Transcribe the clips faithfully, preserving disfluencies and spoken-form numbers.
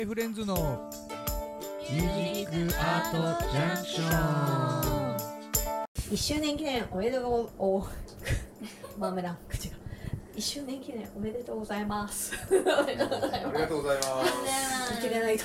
フレンズのミュージックアートジャンクション。 いっしゅうねん記念おめでとうおマメラン口がいっしゅうねん記念おめでとうございます。 ありがとうございます。 いけれないと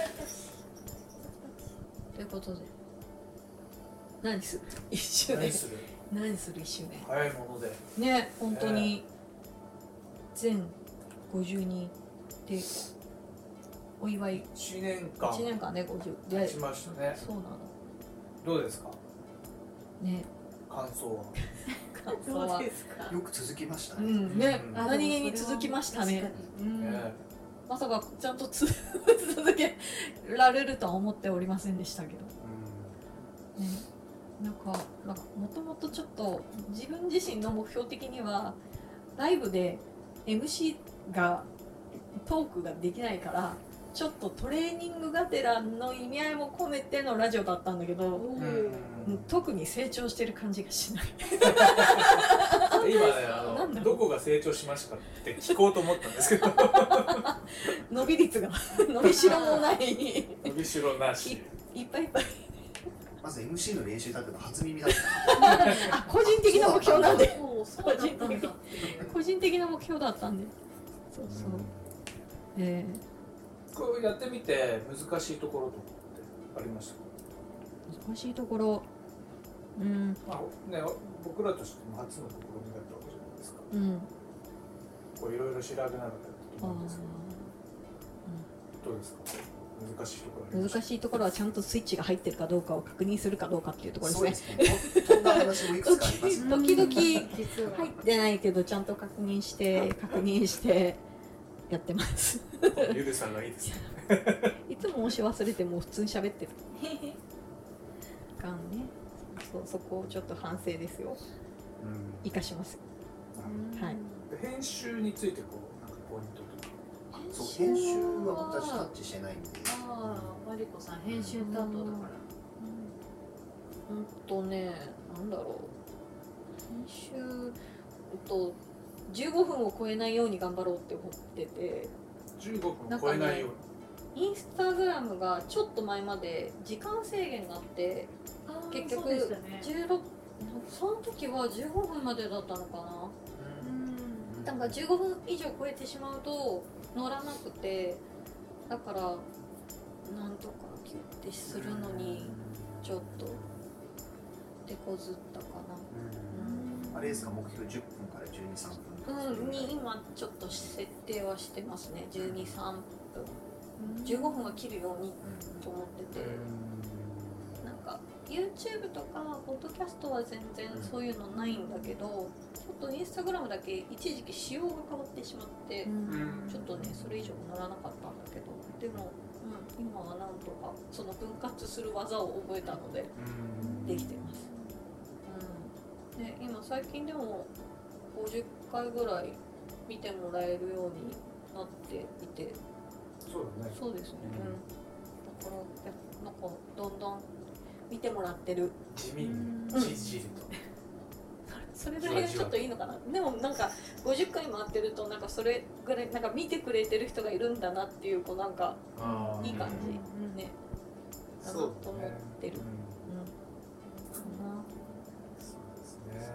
ということで何するいっしゅうねん何する何するいっしゅうねん早いものでね、本当に全ごじゅうにでお祝いいちねんかんいちねんかんねごじゅう経でちましたね。 そうなのどうですかね感想は。 感想はよく続きましたうね。 んねうん何気に続きましたねうんねまさかちゃんとつ続けられるとは思っておりませんでしたけど、ね、なんかなんかもともとちょっと自分自身の目標的にはライブで エムシー がトークができないからちょっとトレーニングがてらの意味合いも込めてのラジオだったんだけど、 うんうん特に成長してる感じがしない今ねあなんだろうのどこが成長しましたかって聞こうと思ったんですけど伸び率が伸びしろもない伸びしろなし。 いっぱいいっぱいまず エムシー の練習だったの初耳だった。 あ個人的な目標なんでそうそうだったんだっていう個人的な目標だったんでそうそう、えこうやってみて難しいところとかってありましたか。 ー、難しいところうんまあね僕らとしても初の試みだったわけじゃないですか。 うんこういろいろ調べながらやったとあ思うんですけどどうですか難しいところありーました。 難しいところはちゃんとスイッチが入ってるかどうかを確認するかどうかっていうところそうですねですね。こんな話もいくつかあります。 時々 実は入ってないけどちゃんと確認して確認してやってますゆるさんがいいですね。 いつも押し忘れてもう普通に喋ってるがんねそうそこをちょっと反省ですようん生かしますはい編集についてこうなんかポイントとか。 そう編集は私タッチしてないんで。 ああマリコさん編集担当だからうんとねなんだろう編集うんとじゅうごふんを超えないように頑張ろうって思っててじゅうごふんを超えないように。 インスタグラムがちょっと前まで時間制限があって結局そうでしたねじゅうろくその時はじゅうごふんまでだったのかなうんなんかじゅうごふん以上超えてしまうと乗らなくてだからなんとかキュッてするのにちょっと手こずったかあれですか、目標じゅっぷんからじゅうに、さんぷん。 なうんに今ちょっと設定はしてますねじゅうに、さんぷんじゅうごふんは切るようにと思っててなんか YouTube とかポッドキャストは全然そういうのないんだけどちょっとインスタグラムだけ一時期仕様が変わってしまってうんちょっとねそれ以上乗らなかったんだけどでも、うん、今はなんとかその分割する技を覚えたのでできてます、うん、で今最近でもごじゅっかいぐらい見てもらえるようになっていてそうだね。 そうですね、うん、だからやなんかどんどん見てもらってる地味にじじりと。 それぐらいがちょっといいのかなでもなんかごじゅっかい回ってるとなんかそれぐらいなんか見てくれてる人がいるんだなっていうこうなんかあーいい感じうんねだなそうと思ってるうんうんかなそうですね。 こんな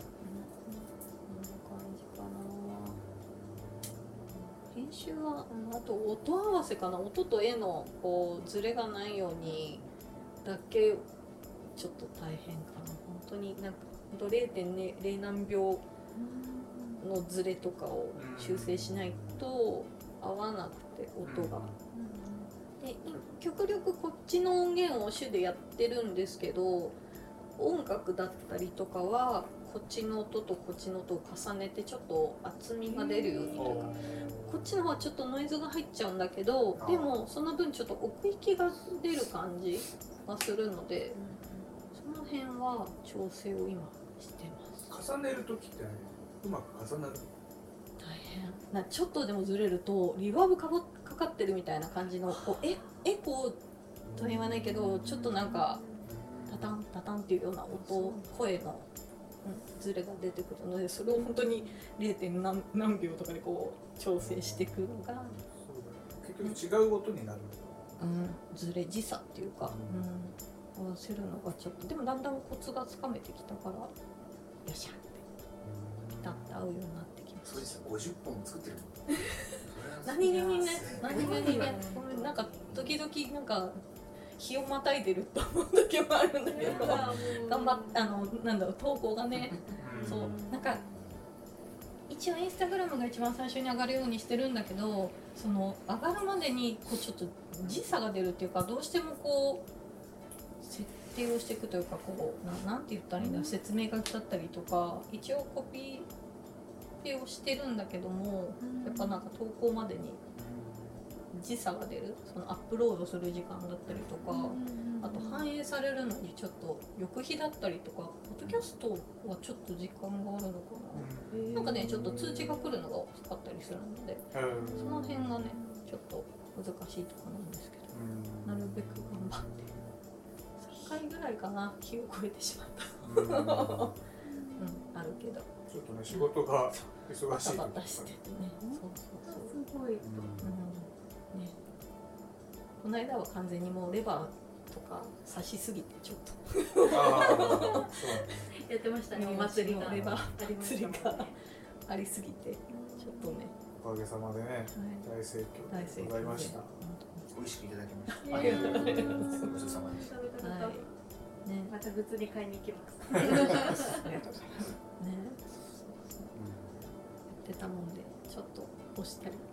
感じかな編集はうんあと音合わせかな音と絵のこうズレがないようにだけちょっと大変かな本当になんかほんと れいてんゼロ 何秒のズレとかを修正しないと合わなくて音が、でい極力こっちの音源を主でやってるんですけど音楽だったりとかはこっちの音とこっちの音を重ねてちょっと厚みが出るようにというかこっちの方はちょっとノイズが入っちゃうんだけどでもその分ちょっと奥行きが出る感じがするのでその辺は調整を今してます重ねるときってうまく重なる。 大変なちょっとでもずれるとリバーブかぼかかってるみたいな感じのこうえエコーとは言わないけどちょっとなんかタタンタタンっていうような音声の、うん、ズレが出てくるのでそれを本当に れいてん 何, 何秒とかでこう調整していくのがそうだね。結結局違う音になるんだ。 うんずれ時差っていうか、うん、合わせるのがちょっとでもだんだんコツがつかめてきたからよっしゃってピタッと合うようになってきました。 そうですよ、ごじゅっぽんも作ってるの。 何気にね何気にねごめんなんか時々なんか日をまたいでると思う時もあるんだけど頑張ってあのなんだろう投稿がねそうなんか一応インスタグラムが一番最初に上がるようにしてるんだけどその上がるまでにこうちょっと時差が出るっていうかどうしてもこう設定をしていくというかこう な, なんて言ったらいいんだ説明書きだったりとか一応コピーペをしてるんだけどもやっぱなんか投稿までに時差が出るそのアップロードする時間だったりとかあと反映されるのにちょっと翌日だったりとかポッドキャストはちょっと時間があるのかななんかねちょっと通知が来るのが遅かったりするのでその辺がねちょっと難しいところなんですけどなるべく頑張ってさんかいぐらいかな日を超えてしまったうんあるけどちょっとね仕事が忙しいバタバタしててねそうそうそうすごい、うんね、この間は完全にもうレバーとか刺しすぎてちょっとああそうやってましたねお祭りがレバーありましたもんねがありすぎてちょっとねおかげさまでね、 はい大盛況大盛況ででございました。 美味しくいただきました。 あありがとうございます。ごちそうさまでした。 食べたかったはいねまたグッズに買いに行きますありがとうございますありがとうございます。 ねやってたもんでちょっと押したりね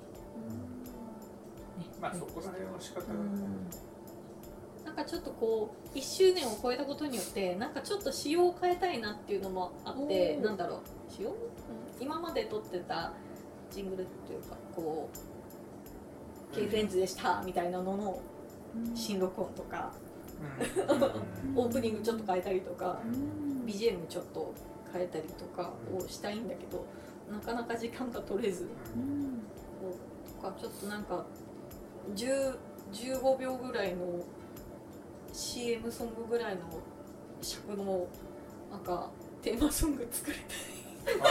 まあそこら辺は仕方がない。 うんなんかちょっとこういっしゅうねんを超えたことによってなんかちょっと仕様を変えたいなっていうのもあっておーなんだろう仕様、うん、今まで撮ってたジングルっていうかこう K フレンズでしたみたいなのの新録音とかオープニングちょっと変えたりとか ビージーエム ちょっと変えたりとかをしたいんだけどなかなか時間が取れずこうとかちょっとなんかじゅう、じゅうごびょうぐらいの シーエム ソングぐらいの尺のなんかテーマソング作りたい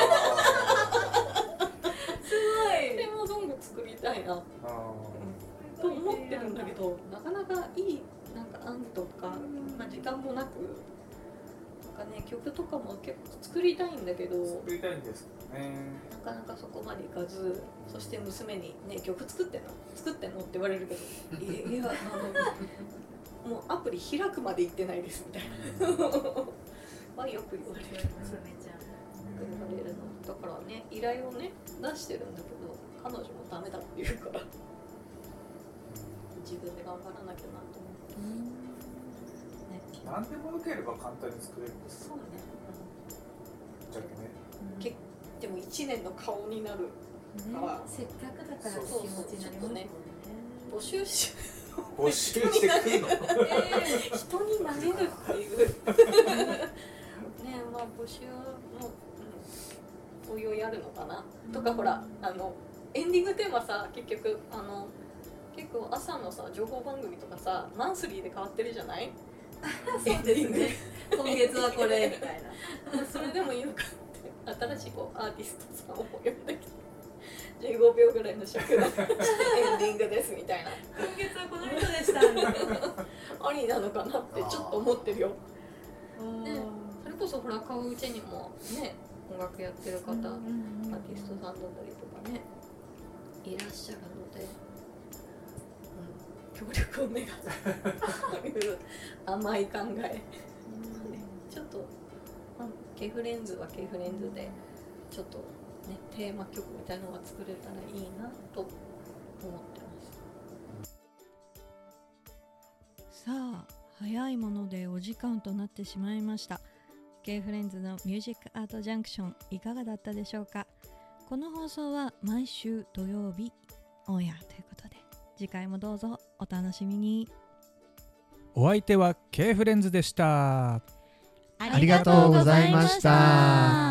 テーマソング作りたいなと思ってるんだけどなかなかいいなんか案とか、まあ、時間もなくなんかね曲とかも結構作りたいんだけど作りたいんですけどね。 なかなかそこまでいかずそして娘に「ね曲作ってんの作ってんの?」って言われるけど「いやいやあのもうアプリ開くまで行ってないです」みたいなはよく言われる娘ちゃん言われるのだからね依頼をね出してるんだけど彼女もダメだって言うから自分で頑張らなきゃなと思って、ね、 何でも良ければ簡単に作れるんですよ。 そうね、 じゃけね。 うん、けでもいちねんの顔になるからせっかくだからそう気持ちになりますもんね募集し募集してくるの。 人になれるっていうねまあ募集もおいおいあるのかな、とかほらあのエンディングテーマさ結局あの結構朝のさ情報番組とかさマンスリーで変わってるじゃないエンディング今月はこれみたいなそれでもいいのかって新しいこうアーティストさんを呼んだけどじゅうごびょうぐらいの尺のエンディングですみたいな今月はこの人でしたみたいなありなのかなってちょっと思ってるよ。ねねそれこそほら川内にもね音楽やってる方、アーティストさんだったりとかねいらっしゃるので、うん、協力を願って甘い考えちょっと、まあ、Kフレンズは Kフレンズでちょっとねテーマ曲みたいなのが作れたらいいなと思ってます。さあ早いものでお時間となってしまいました。 K フレンズのミュージックアートジャンクションいかがだったでしょうか。この放送は毎週土曜日オンエアということで次回もどうぞお楽しみに。 お相手は K フレンズでした。 ありがとうございました。